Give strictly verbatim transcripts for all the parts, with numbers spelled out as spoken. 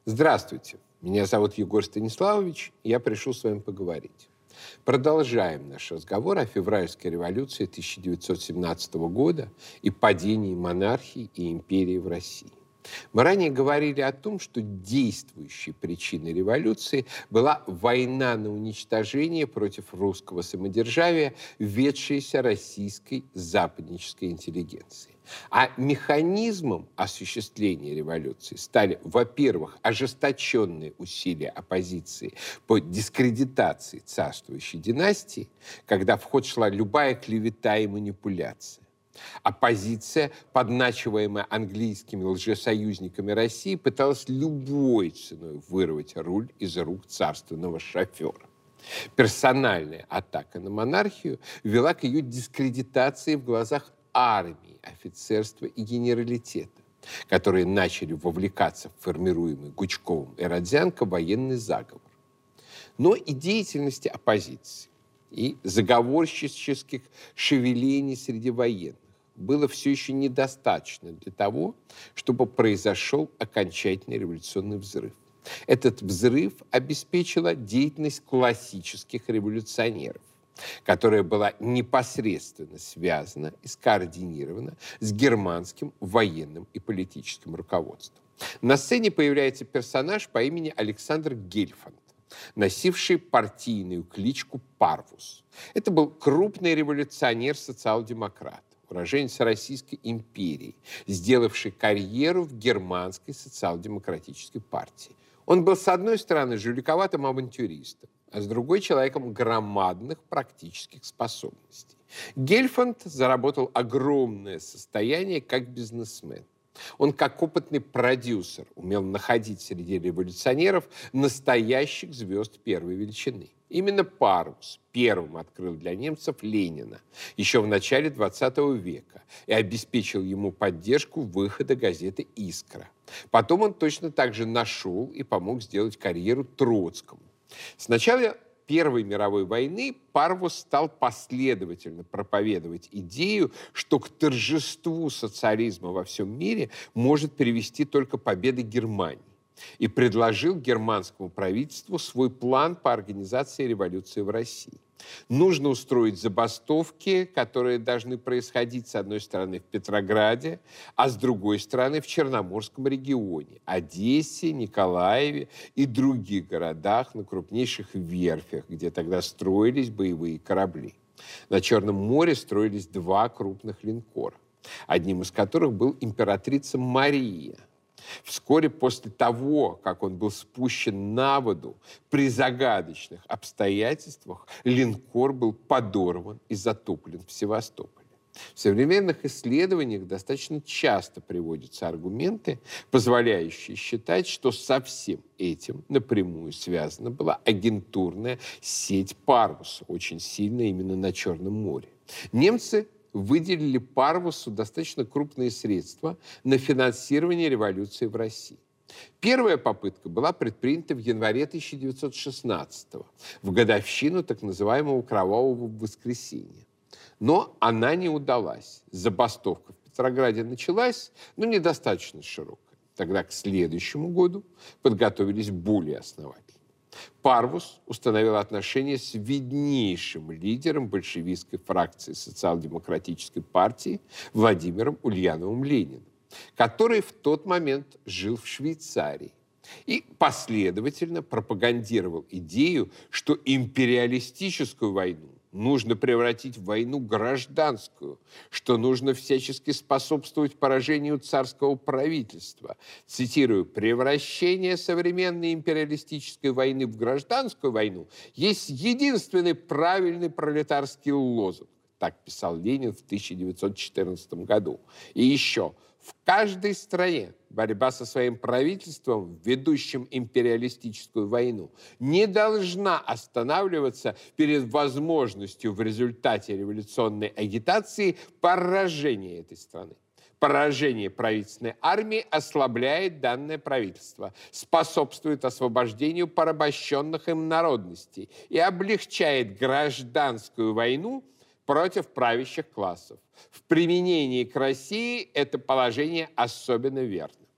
Здравствуйте, меня зовут Егор Станиславович, и я пришел с вами поговорить. Продолжаем наш разговор о февральской революции тысяча девятьсот семнадцатого года и падении монархии и империи в России. Мы ранее говорили о том, что действующей причиной революции была война на уничтожение против русского самодержавия, ведшаяся российской западнической интеллигенцией. А механизмом осуществления революции стали, во-первых, ожесточенные усилия оппозиции по дискредитации царствующей династии, когда в ход шла любая клевета и манипуляция. Оппозиция, подначиваемая английскими лжесоюзниками России, пыталась любой ценой вырвать руль из рук царственного шофера. Персональная атака на монархию вела к ее дискредитации в глазах армии, офицерства и генералитета, которые начали вовлекаться в формируемый Гучковым и Родзянко военный заговор. Но и деятельности оппозиции, и заговорщических шевелений среди военных было все еще недостаточно для того, чтобы произошел окончательный революционный взрыв. Этот взрыв обеспечила деятельность классических революционеров, которая была непосредственно связана и скоординирована с германским военным и политическим руководством. На сцене появляется персонаж по имени Александр Гельфанд, носивший партийную кличку Парвус. Это был крупный революционер-социал-демократ, уроженец Российской империи, сделавший карьеру в германской социал-демократической партии. Он был, с одной стороны, жуликоватым авантюристом, а с другой – человеком громадных практических способностей. Гельфанд заработал огромное состояние как бизнесмен. Он, как опытный продюсер, умел находить среди революционеров настоящих звезд первой величины. Именно Парвус первым открыл для немцев Ленина еще в начале двадцатого века и обеспечил ему поддержку выхода газеты «Искра». Потом он точно так же нашел и помог сделать карьеру Троцкому. С начала Первой мировой войны Парвус стал последовательно проповедовать идею, что к торжеству социализма во всем мире может привести только победа Германии, и предложил германскому правительству свой план по организации революции в России. Нужно устроить забастовки, которые должны происходить, с одной стороны, в Петрограде, а с другой стороны, в Черноморском регионе, Одессе, Николаеве и других городах на крупнейших верфях, где тогда строились боевые корабли. На Черном море строились два крупных линкора, одним из которых был императрица Мария. Вскоре после того, как он был спущен на воду, при загадочных обстоятельствах линкор был подорван и затоплен в Севастополе. В современных исследованиях достаточно часто приводятся аргументы, позволяющие считать, что со всем этим напрямую связана была агентурная сеть Парвуса, очень сильная именно на Черном море. Немцы выделили Парвусу достаточно крупные средства на финансирование революции в России. Первая попытка была предпринята в январе тысяча девятьсот шестнадцатого, в годовщину так называемого «Кровавого воскресенья». Но она не удалась. Забастовка в Петрограде началась, но недостаточно широкая. Тогда к следующему году подготовились более основательно. Парвус установил отношения с виднейшим лидером большевистской фракции социал-демократической партии Владимиром Ульяновым Лениным, который в тот момент жил в Швейцарии и последовательно пропагандировал идею, что империалистическую войну нужно превратить в войну гражданскую, что нужно всячески способствовать поражению царского правительства. Цитирую: «Превращение современной империалистической войны в гражданскую войну есть единственный правильный пролетарский лозунг». Так писал Ленин в тысяча девятьсот четырнадцатом году. И еще: в каждой стране борьба со своим правительством, ведущим империалистическую войну, не должна останавливаться перед возможностью в результате революционной агитации поражения этой страны. Поражение правительственной армии ослабляет данное правительство, способствует освобождению порабощенных им народностей и облегчает гражданскую войну против правящих классов. В применении к России это положение особенно верно.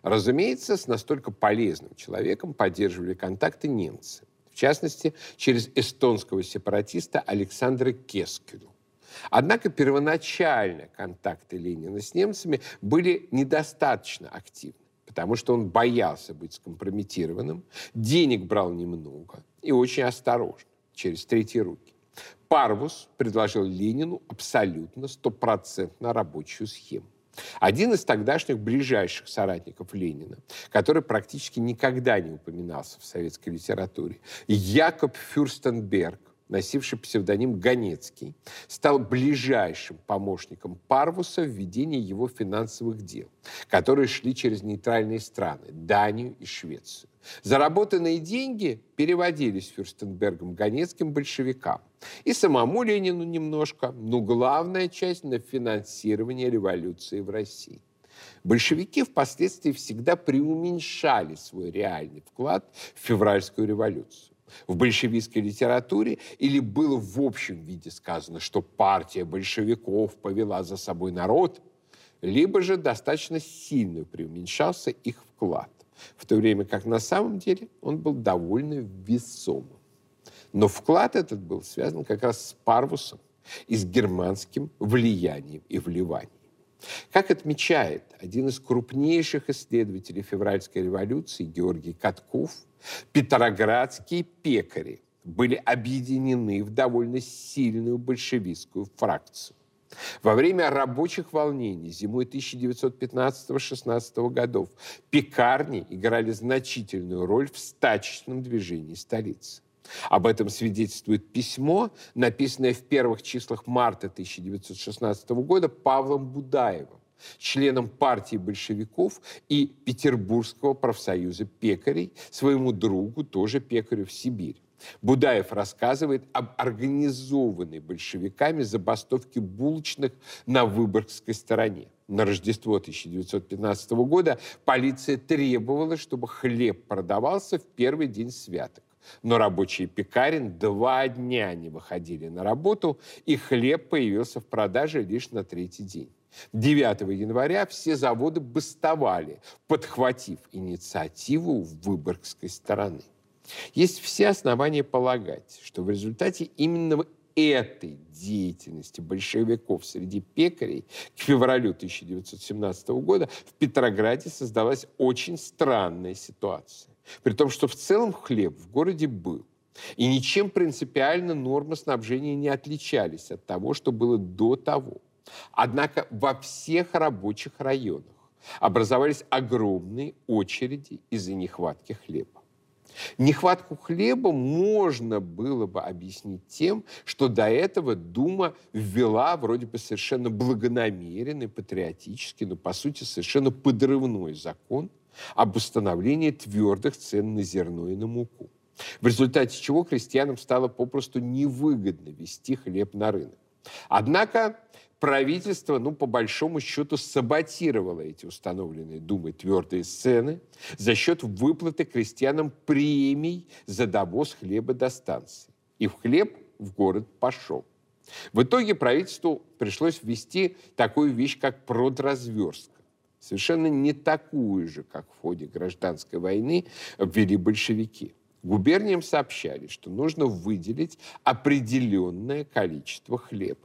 Разумеется, с настолько полезным человеком поддерживали контакты немцы. В частности, через эстонского сепаратиста Александра Кескелю. Однако первоначально контакты Ленина с немцами были недостаточно активны, потому что он боялся быть скомпрометированным, денег брал немного и очень осторожно, через третьи руки. Парвус предложил Ленину абсолютно стопроцентно рабочую схему. Один из тогдашних ближайших соратников Ленина, который практически никогда не упоминался в советской литературе, Якоб Фюрстенберг, носивший псевдоним Ганецкий, стал ближайшим помощником Парвуса в ведении его финансовых дел, которые шли через нейтральные страны – Данию и Швецию. Заработанные деньги переводились Фюрстенбергом Ганецким большевикам. И самому Ленину немножко, но главная часть на финансирование революции в России. Большевики впоследствии всегда преуменьшали свой реальный вклад в февральскую революцию. В большевистской литературе или было в общем виде сказано, что партия большевиков повела за собой народ, либо же достаточно сильно преуменьшался их вклад, в то время как на самом деле он был довольно весомым. Но вклад этот был связан как раз с Парвусом и с германским влиянием и вливанием. Как отмечает один из крупнейших исследователей февральской революции Георгий Катков, петроградские пекари были объединены в довольно сильную большевистскую фракцию. Во время рабочих волнений зимой тысяча девятьсот пятнадцатого — шестнадцатого годов пекарни играли значительную роль в стачечном движении столицы. Об этом свидетельствует письмо, написанное в первых числах марта тысяча девятьсот шестнадцатого года Павлом Будаевым, членом партии большевиков и Петербургского профсоюза пекарей, своему другу, тоже пекарю в Сибирь. Будаев рассказывает об организованной большевиками забастовке булочных на Выборгской стороне. На Рождество тысяча девятьсот пятнадцатого года полиция требовала, чтобы хлеб продавался в первый день святок. Но рабочие пекарен два дня не выходили на работу, и хлеб появился в продаже лишь на третий день. девятого января все заводы бастовали, подхватив инициативу Выборгской стороны. Есть все основания полагать, что в результате именно этой деятельности большевиков среди пекарей к февралю тысяча девятьсот семнадцатого года в Петрограде создалась очень странная ситуация. При том, что в целом хлеб в городе был. И ничем принципиально нормы снабжения не отличались от того, что было до того. Однако во всех рабочих районах образовались огромные очереди из-за нехватки хлеба. Нехватку хлеба можно было бы объяснить тем, что до этого Дума ввела вроде бы совершенно благонамеренный, патриотический, но по сути совершенно подрывной закон об установлении твердых цен на зерно и на муку, в результате чего крестьянам стало попросту невыгодно везти хлеб на рынок. Однако правительство, ну, по большому счету, саботировало эти установленные Думой твердые цены за счет выплаты крестьянам премий за довоз хлеба до станции. И в хлеб в город пошел. В итоге правительству пришлось ввести такую вещь, как продразверстка. Совершенно не такую же, как в ходе гражданской войны ввели большевики. Губерниям сообщали, что нужно выделить определенное количество хлеба.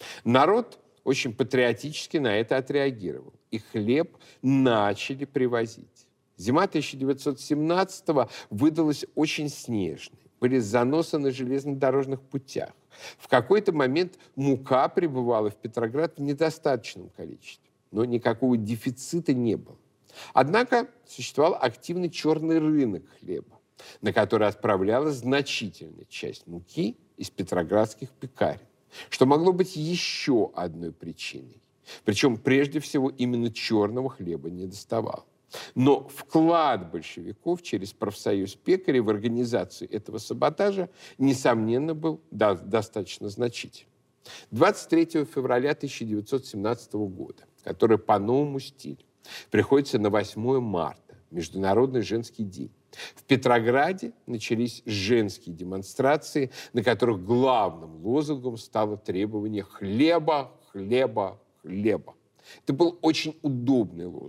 Народ очень патриотически на это отреагировал, и хлеб начали привозить. Зима тысяча девятьсот семнадцатого выдалась очень снежной. Были заносы на железнодорожных путях. В какой-то момент мука прибывала в Петроград в недостаточном количестве, но никакого дефицита не было. Однако существовал активный черный рынок хлеба, на который отправлялась значительная часть муки из петроградских пекарен, что могло быть еще одной причиной. Причем прежде всего именно черного хлеба не доставало. Но вклад большевиков через профсоюз пекарей в организацию этого саботажа, несомненно, был до- достаточно значительным. двадцать третьего февраля тысяча девятьсот семнадцатого года, который по новому стилю приходится на восьмое марта, Международный женский день, в Петрограде начались женские демонстрации, на которых главным лозунгом стало требование хлеба, хлеба, хлеба. Это был очень удобный лозунг.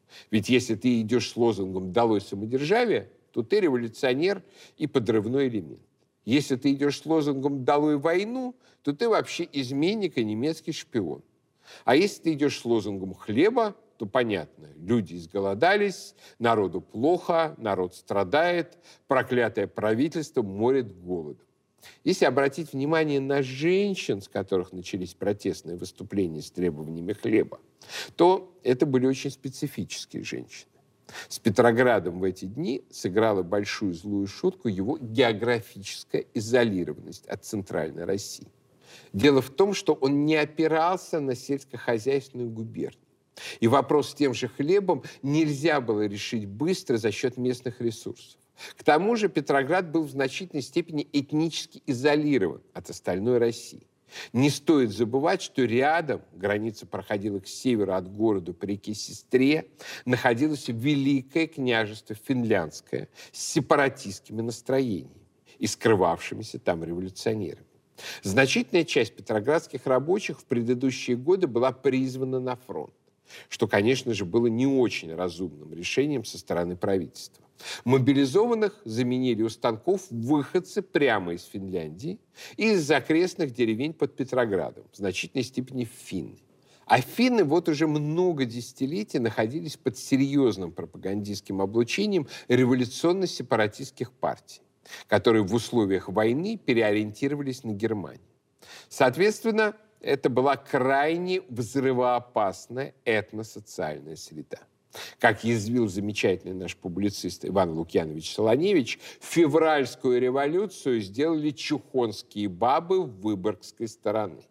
Ведь если ты идешь с лозунгом «Долой самодержавие», то ты революционер и подрывной элемент. Если ты идешь с лозунгом «Долой войну», то ты вообще изменник и немецкий шпион. А если ты идешь с лозунгом «Хлеба», то понятно, люди изголодались, народу плохо, народ страдает, проклятое правительство морит голодом. Если обратить внимание на женщин, с которых начались протестные выступления с требованиями хлеба, то это были очень специфические женщины. С Петроградом в эти дни сыграла большую злую шутку его географическая изолированность от Центральной России. Дело в том, что он не опирался на сельскохозяйственную губернию. И вопрос с тем же хлебом нельзя было решить быстро за счет местных ресурсов. К тому же Петроград был в значительной степени этнически изолирован от остальной России. Не стоит забывать, что рядом, граница проходила к северу от города по реке Сестре, находилось Великое княжество Финляндское с сепаратистскими настроениями и скрывавшимися там революционерами. Значительная часть петроградских рабочих в предыдущие годы была призвана на фронт, что, конечно же, было не очень разумным решением со стороны правительства. Мобилизованных заменили у станков выходцы прямо из Финляндии и из окрестных деревень под Петроградом, в значительной степени финны. А финны вот уже много десятилетий находились под серьезным пропагандистским облучением революционно-сепаратистских партий, которые в условиях войны переориентировались на Германию. Соответственно, это была крайне взрывоопасная этносоциальная среда. Как язвил замечательный наш публицист Иван Лукьянович Солоневич, февральскую революцию сделали чухонские бабы Выборгской стороны.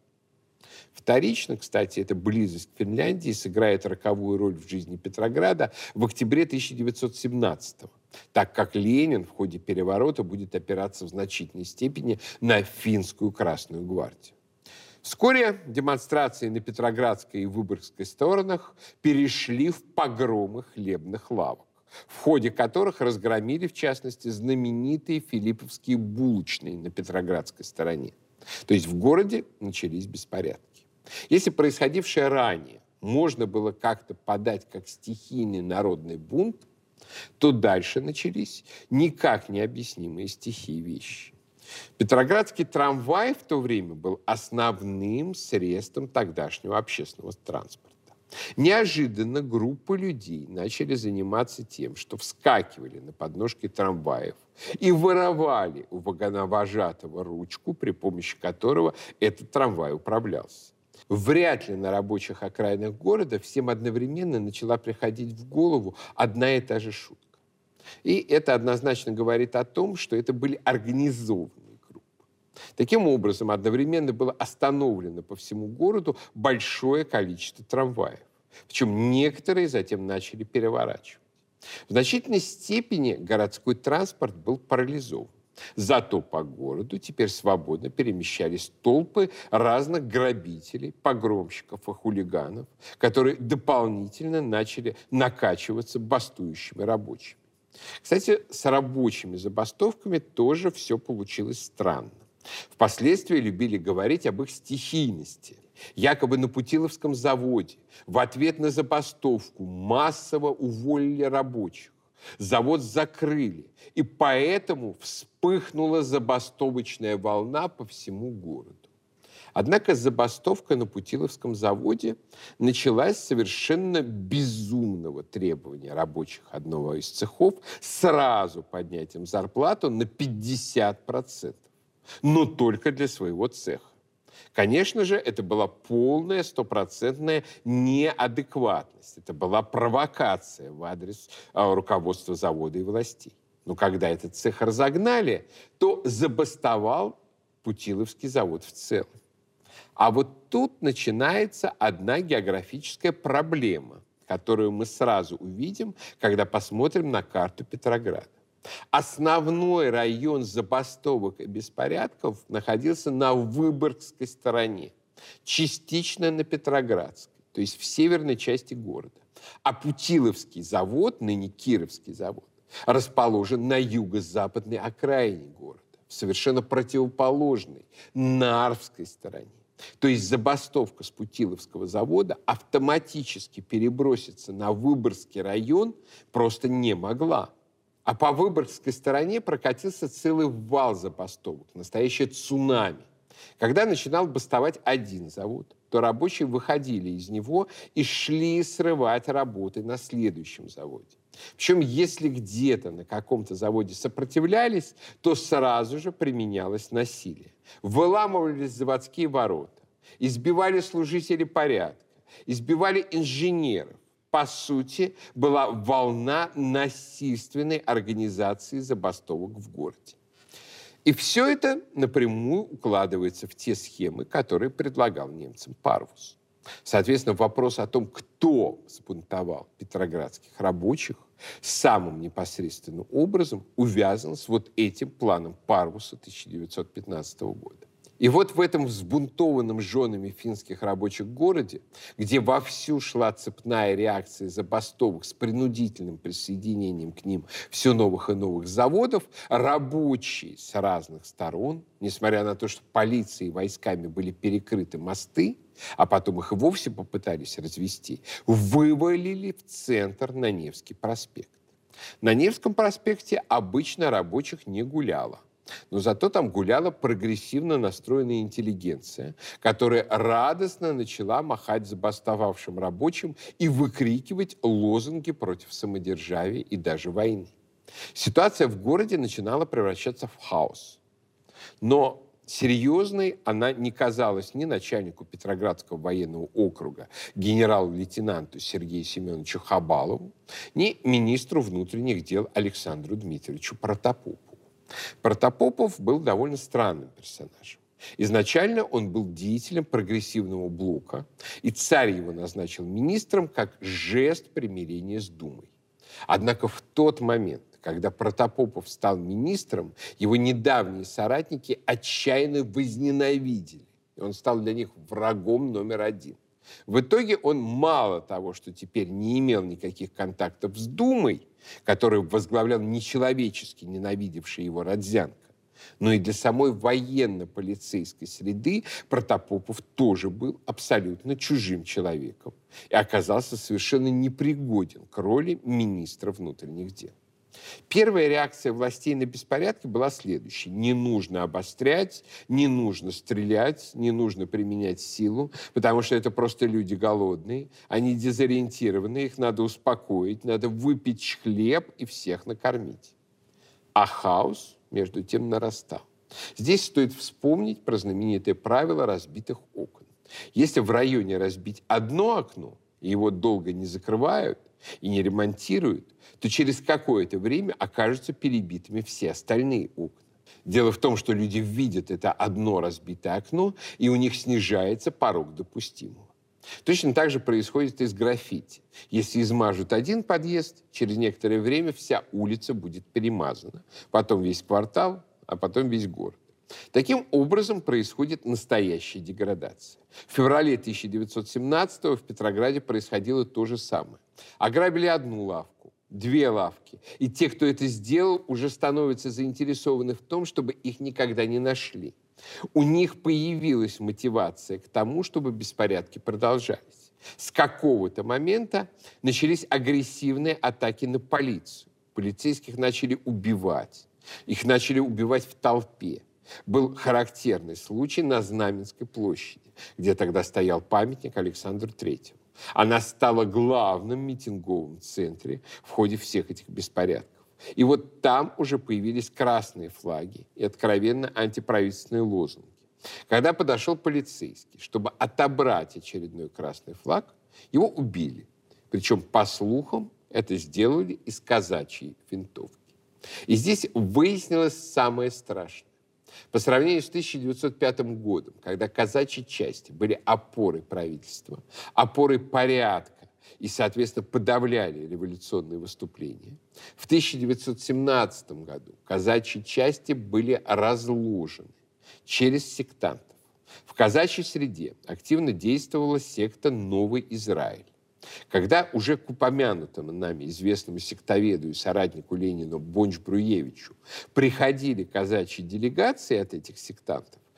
Вторично, кстати, эта близость к Финляндии сыграет роковую роль в жизни Петрограда в октябре тысяча девятьсот семнадцатого, так как Ленин в ходе переворота будет опираться в значительной степени на финскую Красную гвардию. Вскоре демонстрации на Петроградской и Выборгской сторонах перешли в погромы хлебных лавок, в ходе которых разгромили, в частности, знаменитые филипповские булочные на Петроградской стороне. То есть в городе начались беспорядки. Если происходившее ранее можно было как-то подать как стихийный народный бунт, то дальше начались никак необъяснимые стихии вещи. Петроградский трамвай в то время был основным средством тогдашнего общественного транспорта. Неожиданно группы людей начали заниматься тем, что вскакивали на подножки трамваев и воровали у вагоновожатого ручку, при помощи которого этот трамвай управлялся. Вряд ли на рабочих окраинах города всем одновременно начала приходить в голову одна и та же шутка. И это однозначно говорит о том, что это были организованные группы. Таким образом, одновременно было остановлено по всему городу большое количество трамваев. Причем некоторые затем начали переворачивать. В значительной степени городской транспорт был парализован. Зато по городу теперь свободно перемещались толпы разных грабителей, погромщиков и хулиганов, которые дополнительно начали накачиваться бастующими рабочими. Кстати, с рабочими забастовками тоже все получилось странно. Впоследствии любили говорить об их стихийности. Якобы на Путиловском заводе в ответ на забастовку массово уволили рабочих. Завод закрыли, и поэтому вспыхнула забастовочная волна по всему городу. Однако забастовка на Путиловском заводе началась с совершенно безумного требования рабочих одного из цехов сразу поднять им зарплату на пятьдесят процентов, но только для своего цеха. Конечно же, это была полная, стопроцентная неадекватность. Это была провокация в адрес а, руководства завода и властей. Но когда этот цех разогнали, то забастовал Путиловский завод в целом. А вот тут начинается одна географическая проблема, которую мы сразу увидим, когда посмотрим на карту Петрограда. Основной район забастовок и беспорядков находился на Выборгской стороне, частично на Петроградской, то есть в северной части города. А Путиловский завод, ныне Кировский завод, расположен на юго-западной окраине города, в совершенно противоположной Нарвской стороне. То есть забастовка с Путиловского завода автоматически переброситься на Выборгский район просто не могла. А по Выборгской стороне прокатился целый вал забастовок, настоящее цунами. Когда начинал бастовать один завод, то рабочие выходили из него и шли срывать работы на следующем заводе. Причем, если где-то на каком-то заводе сопротивлялись, то сразу же применялось насилие. Выламывались заводские ворота, избивали служителей порядка, избивали инженеров. По сути, была волна насильственной организации забастовок в городе. И все это напрямую укладывается в те схемы, которые предлагал немцам Парвус. Соответственно, вопрос о том, кто сбунтовал петроградских рабочих, самым непосредственным образом увязан с вот этим планом Парвуса тысяча девятьсот пятнадцатого года. И вот в этом взбунтованном женами финских рабочих городе, где вовсю шла цепная реакция забастовок с принудительным присоединением к ним все новых и новых заводов, рабочие с разных сторон, несмотря на то, что полицией и войсками были перекрыты мосты, а потом их и вовсе попытались развести, вывалили в центр на Невский проспект. На Невском проспекте обычно рабочих не гуляло. Но зато там гуляла прогрессивно настроенная интеллигенция, которая радостно начала махать забастовавшим рабочим и выкрикивать лозунги против самодержавия и даже войны. Ситуация в городе начинала превращаться в хаос. Но серьезной она не казалась ни начальнику Петроградского военного округа генерал-лейтенанту Сергею Семеновичу Хабалову, ни министру внутренних дел Александру Дмитриевичу Протопопову. Протопопов был довольно странным персонажем. Изначально он был деятелем прогрессивного блока, и царь его назначил министром как жест примирения с Думой. Однако в тот момент, когда Протопопов стал министром, его недавние соратники отчаянно возненавидели. И он стал для них врагом номер один. В итоге он мало того, что теперь не имел никаких контактов с Думой, которую возглавлял нечеловечески ненавидевший его Родзянко, но и для самой военно-полицейской среды Протопопов тоже был абсолютно чужим человеком и оказался совершенно непригоден к роли министра внутренних дел. Первая реакция властей на беспорядки была следующей. Не нужно обострять, не нужно стрелять, не нужно применять силу, потому что это просто люди голодные, они дезориентированы, их надо успокоить, надо выпечь хлеб и всех накормить. А хаос, между тем, нарастал. Здесь стоит вспомнить про знаменитое правило разбитых окон. Если в районе разбить одно окно, и его долго не закрывают и не ремонтируют, то через какое-то время окажутся перебитыми все остальные окна. Дело в том, что люди видят это одно разбитое окно, и у них снижается порог допустимого. Точно так же происходит и с граффити. Если измажут один подъезд, через некоторое время вся улица будет перемазана. Потом весь квартал, а потом весь город. Таким образом происходит настоящая деградация. В феврале тысяча девятьсот семнадцатого в Петрограде происходило то же самое. Ограбили одну лавку, две лавки. И те, кто это сделал, уже становятся заинтересованы в том, чтобы их никогда не нашли. У них появилась мотивация к тому, чтобы беспорядки продолжались. С какого-то момента начались агрессивные атаки на полицию. Полицейских начали убивать. Их начали убивать в толпе. Был характерный случай на Знаменской площади, где тогда стоял памятник Александру Третьему. Она стала главным митинговым центре в ходе всех этих беспорядков. И вот там уже появились красные флаги и откровенно антиправительственные лозунги. Когда подошел полицейский, чтобы отобрать очередной красный флаг, его убили. Причем, по слухам, это сделали из казачьей винтовки. И здесь выяснилось самое страшное. По сравнению с тысяча девятьсот пятым годом, когда казачьи части были опорой правительства, опорой порядка и, соответственно, подавляли революционные выступления, в тысяча девятьсот семнадцатом году казачьи части были разложены через сектантов. В казачьей среде активно действовала секта «Новый Израиль». Когда уже к упомянутому нами известному сектоведу и соратнику Ленина Бонч-Бруевичу приходили казачьи делегации от этих сектантов,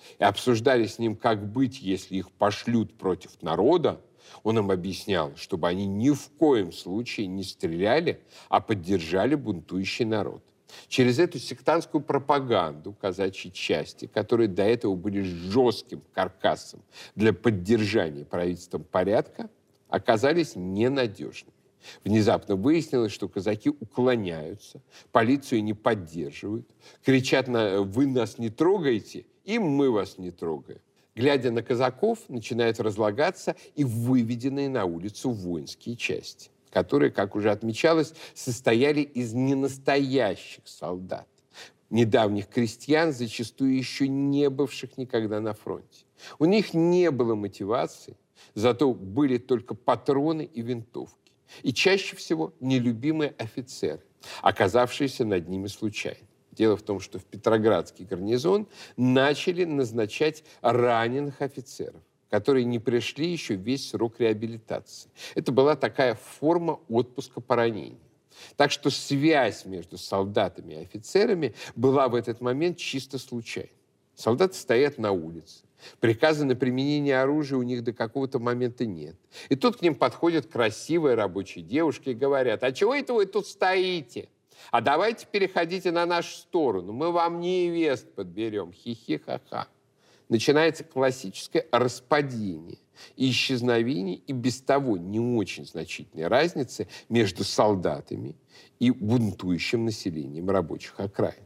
и обсуждали с ним, как быть, если их пошлют против народа, он им объяснял, чтобы они ни в коем случае не стреляли, а поддержали бунтующий народ. Через эту сектантскую пропаганду казачьей части, которые до этого были жестким каркасом для поддержания правительством порядка, оказались ненадежными. Внезапно выяснилось, что казаки уклоняются, полицию не поддерживают, кричат на «вы нас не трогаете», и мы вас не трогаем. Глядя на казаков, начинают разлагаться и выведенные на улицу воинские части, которые, как уже отмечалось, состояли из ненастоящих солдат, недавних крестьян, зачастую еще не бывших никогда на фронте. У них не было мотивации, зато были только патроны и винтовки. И чаще всего нелюбимые офицеры, оказавшиеся над ними случайно. Дело в том, что в Петроградский гарнизон начали назначать раненых офицеров, которые не пришли еще весь срок реабилитации. Это была такая форма отпуска по ранению. Так что связь между солдатами и офицерами была в этот момент чисто случайной. Солдаты стоят на улице. Приказа на применение оружия у них до какого-то момента нет. И тут к ним подходят красивые рабочие девушки и говорят: «А чего это вы тут стоите? А давайте переходите на нашу сторону, мы вам невест подберем, хихи-ха-ха». Начинается классическое распадение и исчезновение и без того не очень значительной разницы между солдатами и бунтующим населением рабочих окраин.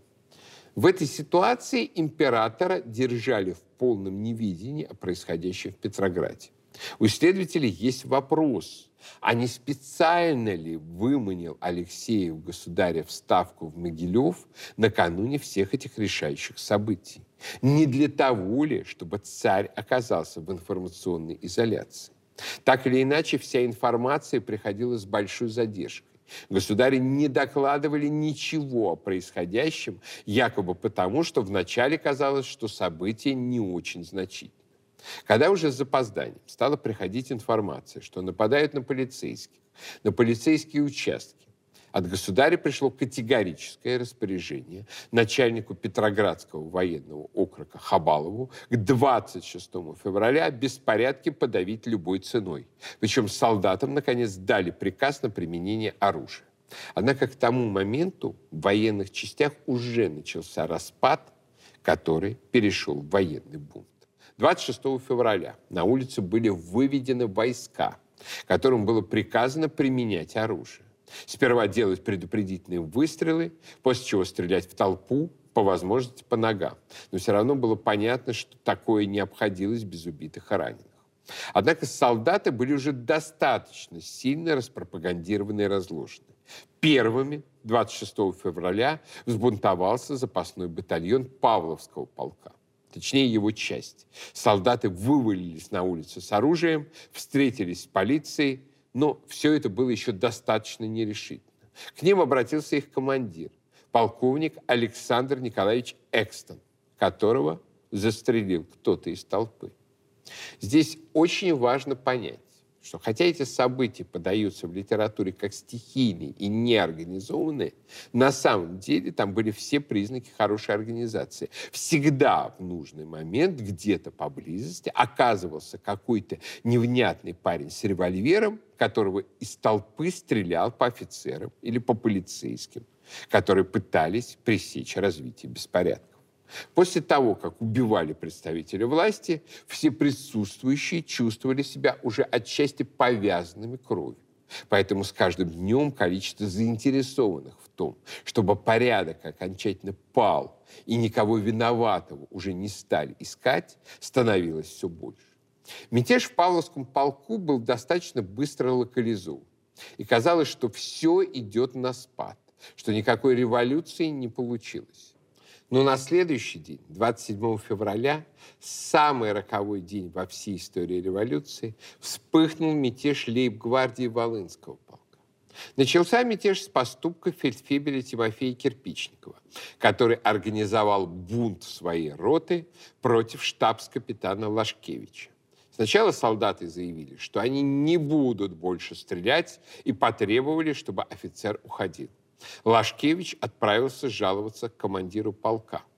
В этой ситуации императора держали в полном неведении о происходящем в Петрограде. У исследователей есть вопрос, а не специально ли выманил Алексеев государя в Ставку в Могилев накануне всех этих решающих событий? Не для того ли, чтобы царь оказался в информационной изоляции? Так или иначе, вся информация приходила с большой задержкой. Государи не докладывали ничего о происходящем, якобы потому, что вначале казалось, что события не очень значительны. Когда уже с запозданием стала приходить информация, что нападают на полицейских, на полицейские участки, от государя пришло категорическое распоряжение начальнику Петроградского военного округа Хабалову к двадцать шестому февраля беспорядки подавить любой ценой. Причем солдатам, наконец, дали приказ на применение оружия. Однако к тому моменту в военных частях уже начался распад, который перешел в военный бунт. двадцать шестого февраля на улице были выведены войска, которым было приказано применять оружие. Сперва делать предупредительные выстрелы, после чего стрелять в толпу, по возможности по ногам. Но все равно было понятно, что такое не обходилось без убитых и раненых. Однако солдаты были уже достаточно сильно распропагандированы и разложены. Первыми двадцать шестого февраля взбунтовался запасной батальон Павловского полка. Точнее, его часть. Солдаты вывалились на улицу с оружием, встретились с полицией, но все это было еще достаточно нерешительно. К ним обратился их командир, полковник Александр Николаевич Экстон, которого застрелил кто-то из толпы. Здесь очень важно понять, что хотя эти события подаются в литературе как стихийные и неорганизованные, на самом деле там были все признаки хорошей организации. Всегда в нужный момент где-то поблизости оказывался какой-то невнятный парень с револьвером, которого из толпы стрелял по офицерам или по полицейским, которые пытались пресечь развитие беспорядков. После того, как убивали представителя власти, все присутствующие чувствовали себя уже отчасти повязанными кровью. Поэтому с каждым днем количество заинтересованных в том, чтобы порядок окончательно пал и никого виноватого уже не стали искать, становилось все больше. Мятеж в Павловском полку был достаточно быстро локализован. И казалось, что все идет на спад, что никакой революции не получилось. Но на следующий день, двадцать седьмого февраля, самый роковой день во всей истории революции, вспыхнул мятеж лейб-гвардии Волынского полка. Начался мятеж с поступка фельдфебеля Тимофея Кирпичникова, который организовал бунт своей роты против штабс-капитана Лашкевича. Сначала солдаты заявили, что они не будут больше стрелять, и потребовали, чтобы офицер уходил. Лашкевич отправился жаловаться к командиру полка.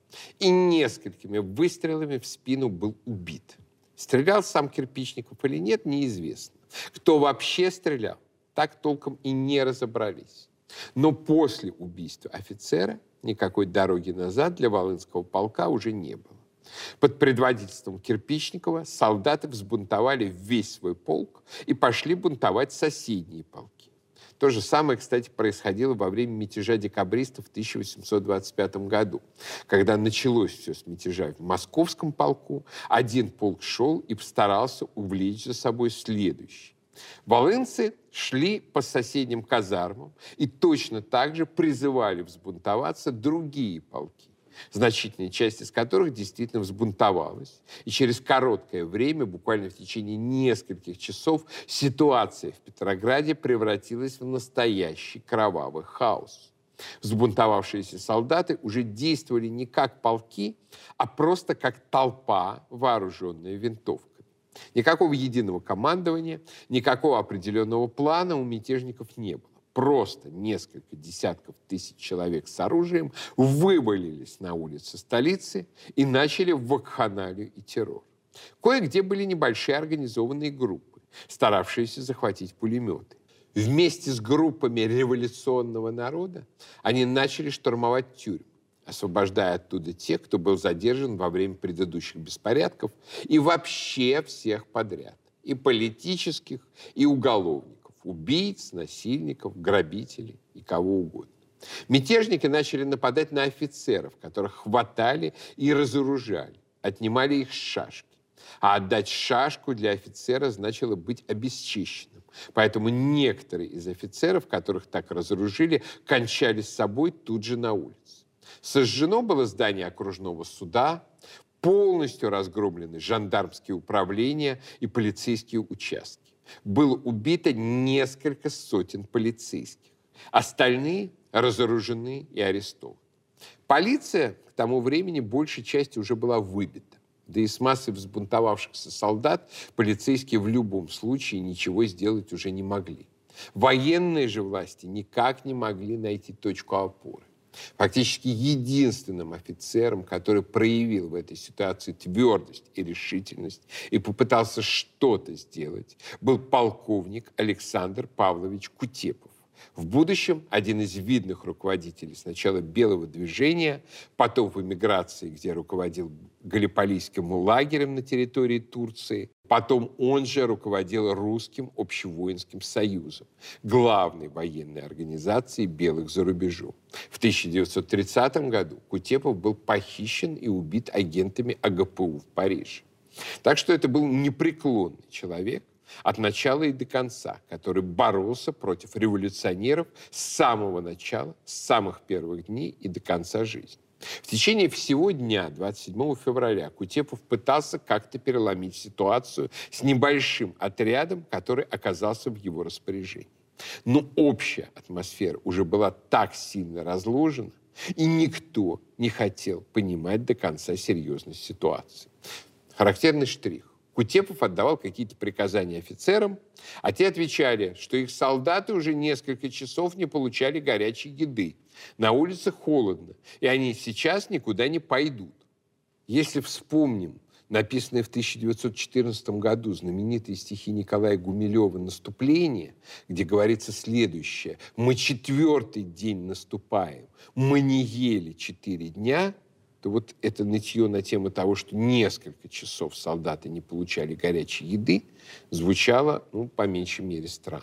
и несколькими выстрелами в спину был убит. Стрелял сам Кирпичников или нет, неизвестно. Кто вообще стрелял, так толком и не разобрались. Но после убийства офицера никакой дороги назад для Волынского полка уже не было. Под предводительством Кирпичникова солдаты взбунтовали весь свой полк и пошли бунтовать соседние полки. То же самое, кстати, происходило во время мятежа декабристов в тысяча восемьсот двадцать пятом году. Когда началось все с мятежа в Московском полку, один полк шел и постарался увлечь за собой следующий. Волынцы шли по соседним казармам и точно так же призывали взбунтоваться другие полки, значительная часть из которых действительно взбунтовалась. И через короткое время, буквально в течение нескольких часов, ситуация в Петрограде превратилась в настоящий кровавый хаос. Взбунтовавшиеся солдаты уже действовали не как полки, а просто как толпа, вооруженная винтовками. Никакого единого командования, никакого определенного плана у мятежников не было. Просто несколько десятков тысяч человек с оружием вывалились на улицы столицы и начали вакханалию и террор. Кое-где были небольшие организованные группы, старавшиеся захватить пулеметы. Вместе с группами революционного народа они начали штурмовать тюрьмы, освобождая оттуда тех, кто был задержан во время предыдущих беспорядков, и вообще всех подряд, и политических, и уголовников, убийц, насильников, грабителей и кого угодно. Мятежники начали нападать на офицеров, которых хватали и разоружали, отнимали их шашки. А отдать шашку для офицера значило быть обесчищенным. Поэтому некоторые из офицеров, которых так разоружили, кончали с собой тут же на улице. Сожжено было здание окружного суда, полностью разгромлены жандармские управления и полицейские участки. Было убито несколько сотен полицейских. Остальные разоружены и арестованы. Полиция к тому времени большей частью уже была выбита. Да и с массой взбунтовавшихся солдат полицейские в любом случае ничего сделать уже не могли. Военные же власти никак не могли найти точку опоры. Фактически единственным офицером, который проявил в этой ситуации твердость и решительность и попытался что-то сделать, был полковник Александр Павлович Кутепов. В будущем один из видных руководителей сначала Белого движения, потом в эмиграции, где руководил Галиполийским лагерем на территории Турции, потом он же руководил Русским общевоинским союзом, главной военной организацией белых за рубежом. В тысяча девятьсот тридцатом году Кутепов был похищен и убит агентами А Гэ Пэ У в Париже. Так что это был непреклонный человек, от начала и до конца, который боролся против революционеров с самого начала, с самых первых дней и до конца жизни. В течение всего дня, двадцать седьмого февраля, Кутепов пытался как-то переломить ситуацию с небольшим отрядом, который оказался в его распоряжении. Но общая атмосфера уже была так сильно разложена, и никто не хотел понимать до конца серьезность ситуации. Характерный штрих. Кутепов отдавал какие-то приказания офицерам, а те отвечали, что их солдаты уже несколько часов не получали горячей еды. На улице холодно, и они сейчас никуда не пойдут. Если вспомним написанные в тысяча девятьсот четырнадцатом году знаменитые стихи Николая Гумилева «Наступление», где говорится следующее: «Мы четвертый день наступаем, мы не ели четыре дня», то вот это нытье на тему того, что несколько часов солдаты не получали горячей еды, звучало, ну, по меньшей мере, странно.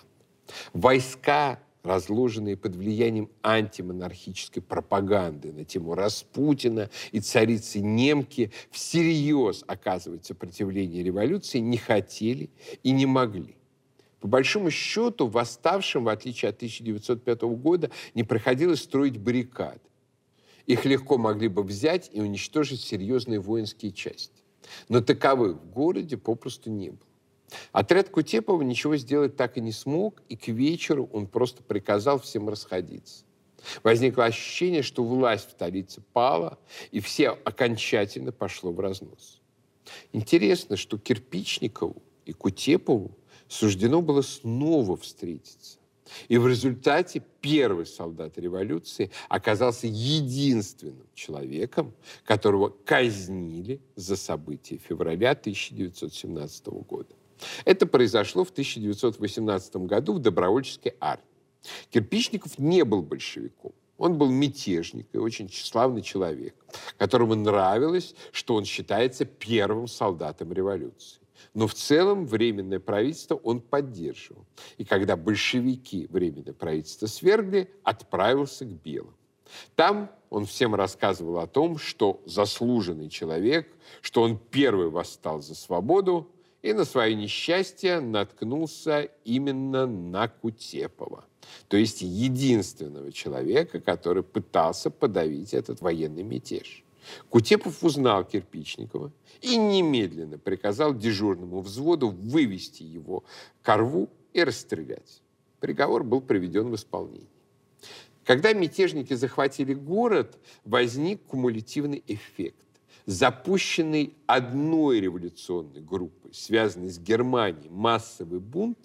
Войска, разложенные под влиянием антимонархической пропаганды на тему Распутина и царицы Немки, всерьез оказывать сопротивление революции не хотели и не могли. По большому счету, восставшим, в отличие от тысяча девятьсот пятого года, не приходилось строить баррикады. Их легко могли бы взять и уничтожить серьезные воинские части. Но таковых в городе попросту не было. Отряд Кутепова ничего сделать так и не смог, и к вечеру он просто приказал всем расходиться. Возникло ощущение, что власть в столице пала, и все окончательно пошло в разнос. Интересно, что Кирпичникову и Кутепову суждено было снова встретиться. И в результате первый солдат революции оказался единственным человеком, которого казнили за события февраля тысяча девятьсот семнадцатого года. Это произошло в тысяча девятьсот восемнадцатом году в добровольческой армии. Кирпичников не был большевиком. Он был мятежник и очень тщеславный человек, которому нравилось, что он считается первым солдатом революции. Но в целом Временное правительство он поддерживал. И когда большевики Временное правительство свергли, отправился к белым. Там он всем рассказывал о том, что заслуженный человек, что он первый восстал за свободу, и на свое несчастье наткнулся именно на Кутепова. То есть единственного человека, который пытался подавить этот военный мятеж. Кутепов узнал Кирпичникова и немедленно приказал дежурному взводу вывести его к рву и расстрелять. Приговор был приведен в исполнение. Когда мятежники захватили город, возник кумулятивный эффект. Запущенный одной революционной группой, связанной с Германией, массовый бунт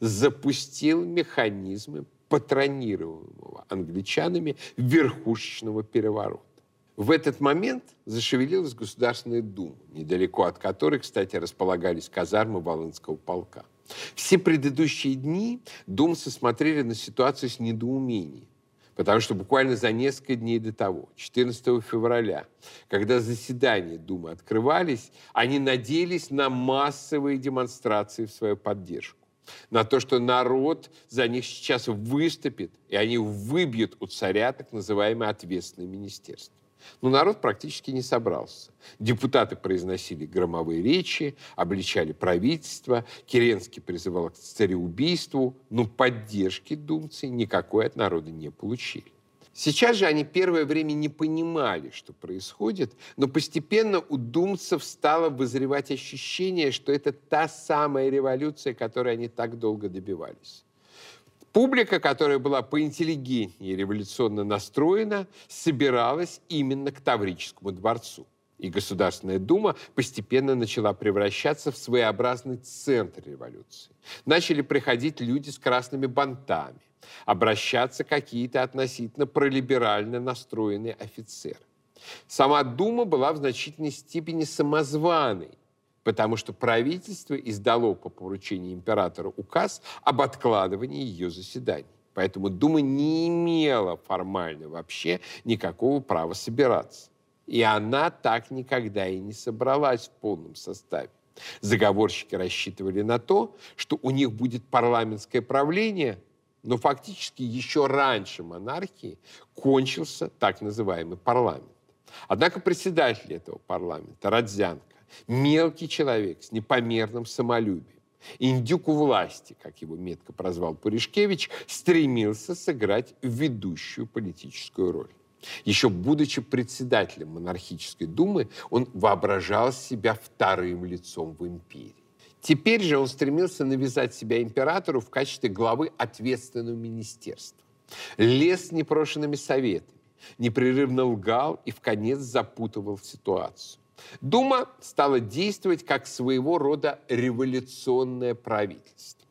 запустил механизмы патронируемого англичанами верхушечного переворота. В этот момент зашевелилась Государственная Дума, недалеко от которой, кстати, располагались казармы Волынского полка. Все предыдущие дни думцы смотрели на ситуацию с недоумением, потому что буквально за несколько дней до того, четырнадцатого февраля, когда заседания Думы открывались, они надеялись на массовые демонстрации в свою поддержку, на то, что народ за них сейчас выступит, и они выбьют у царя так называемое ответственное министерство. Но народ практически не собрался. Депутаты произносили громовые речи, обличали правительство, Керенский призывал к цареубийству, но поддержки думцы никакой от народа не получили. Сейчас же они первое время не понимали, что происходит, но постепенно у думцев стало вызревать ощущение, что это та самая революция, которой они так долго добивались. Публика, которая была поинтеллигентнее и революционно настроена, собиралась именно к Таврическому дворцу. И Государственная Дума постепенно начала превращаться в своеобразный центр революции. Начали приходить люди с красными бантами, обращаться какие-то относительно пролиберально настроенные офицеры. Сама Дума была в значительной степени самозваной, потому что правительство издало по поручению императора указ об откладывании ее заседаний. Поэтому Дума не имела формально вообще никакого права собираться. И она так никогда и не собралась в полном составе. Заговорщики рассчитывали на то, что у них будет парламентское правление, но фактически еще раньше монархии кончился так называемый парламент. Однако председатель этого парламента, Родзянко, мелкий человек с непомерным самолюбием, индюк у власти, как его метко прозвал Пуришкевич, стремился сыграть ведущую политическую роль. Еще будучи председателем монархической думы, он воображал себя вторым лицом в империи. Теперь же он стремился навязать себя императору в качестве главы ответственного министерства. Лез с непрошенными советами, непрерывно лгал и вконец запутывал ситуацию. Дума стала действовать как своего рода революционное правительство.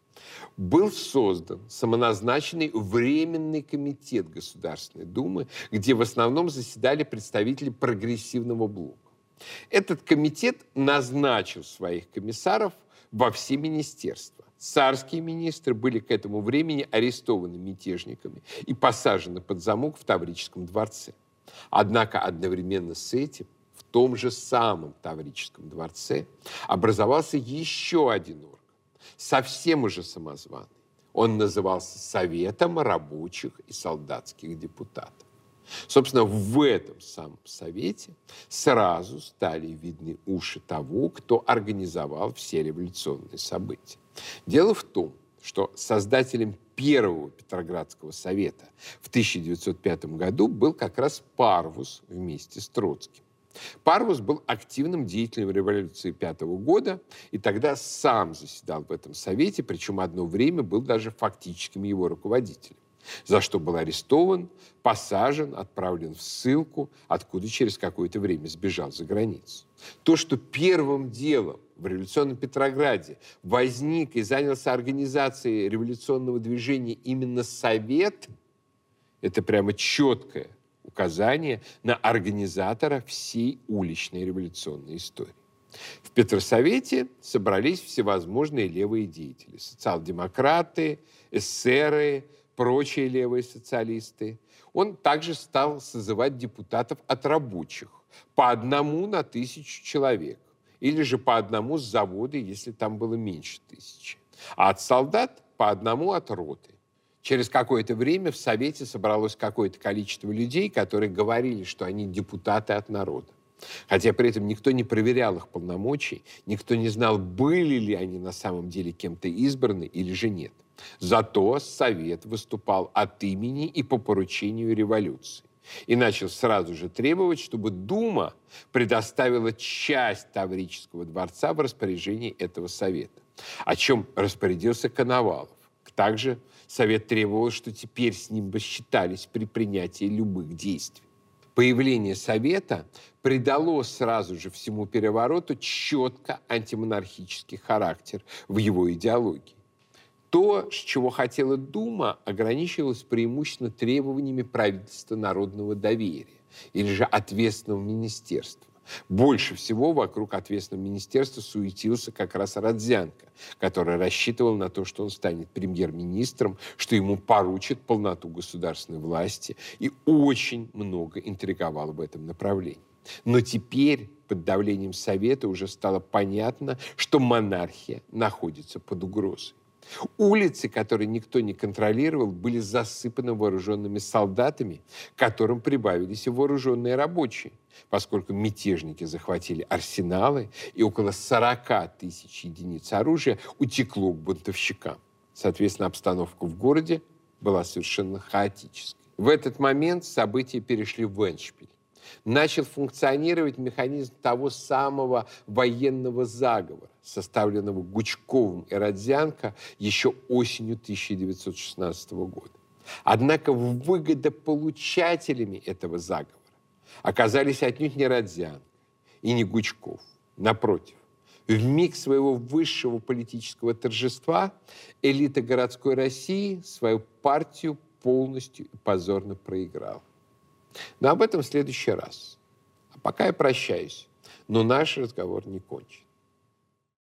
Был создан самоназначенный Временный комитет Государственной Думы, где в основном заседали представители прогрессивного блока. Этот комитет назначил своих комиссаров во все министерства. Царские министры были к этому времени арестованы мятежниками и посажены под замок в Таврическом дворце. Однако одновременно с этим в том же самом Таврическом дворце образовался еще один орган, совсем уже самозваный. Он назывался Советом рабочих и солдатских депутатов. Собственно, в этом самом совете сразу стали видны уши того, кто организовал все революционные события. Дело в том, что создателем первого Петроградского совета в тысяча девятьсот пятом году был как раз Парвус вместе с Троцким. Парвус был активным деятелем революции пятого года и тогда сам заседал в этом совете, причем одно время был даже фактическим его руководителем. за что был арестован, посажен, отправлен в ссылку, откуда через какое-то время сбежал за границу. То, что первым делом в революционном Петрограде возник и занялся организацией революционного движения именно Совет, это прямо четкое указание на организатора всей уличной революционной истории. В Петросовете собрались всевозможные левые деятели. Социал-демократы, эсеры, прочие левые социалисты. Он также стал созывать депутатов от рабочих по одному на тысячу человек, или же по одному с завода, если там было меньше тысячи, а от солдат по одному от роты. Через какое-то время в Совете собралось какое-то количество людей, которые говорили, что они депутаты от народа. Хотя при этом никто не проверял их полномочий, никто не знал, были ли они на самом деле кем-то избраны или же нет. Зато Совет выступал от имени и по поручению революции. И начал сразу же требовать, чтобы Дума предоставила часть Таврического дворца в распоряжение этого Совета, о чем распорядился Коновалов. Также Совет требовал, что теперь с ним бы считались при принятии любых действий. Появление Совета придало сразу же всему перевороту четко антимонархический характер в его идеологии. То, с чего хотела Дума, ограничивалось преимущественно требованиями правительства народного доверия или же ответственного министерства. Больше всего вокруг ответственного министерства суетился как раз Родзянко, который рассчитывал на то, что он станет премьер-министром, что ему поручат полноту государственной власти, и очень много интриговал в этом направлении. Но теперь под давлением Совета уже стало понятно, что монархия находится под угрозой. Улицы, которые никто не контролировал, были засыпаны вооруженными солдатами, к которым прибавились и вооруженные рабочие, поскольку мятежники захватили арсеналы, и около сорока тысяч единиц оружия утекло к бунтовщикам. Соответственно, обстановка в городе была совершенно хаотической. В этот момент события перешли в эндшпиль. Начал функционировать механизм того самого военного заговора, составленного Гучковым и Родзянко еще осенью тысяча девятьсот шестнадцатого года. Однако выгодополучателями этого заговора оказались отнюдь не Родзянко и не Гучков. Напротив, в миг своего высшего политического торжества элита городской России свою партию полностью и позорно проиграла. Но об этом в следующий раз. А пока я прощаюсь, но наш разговор не кончен.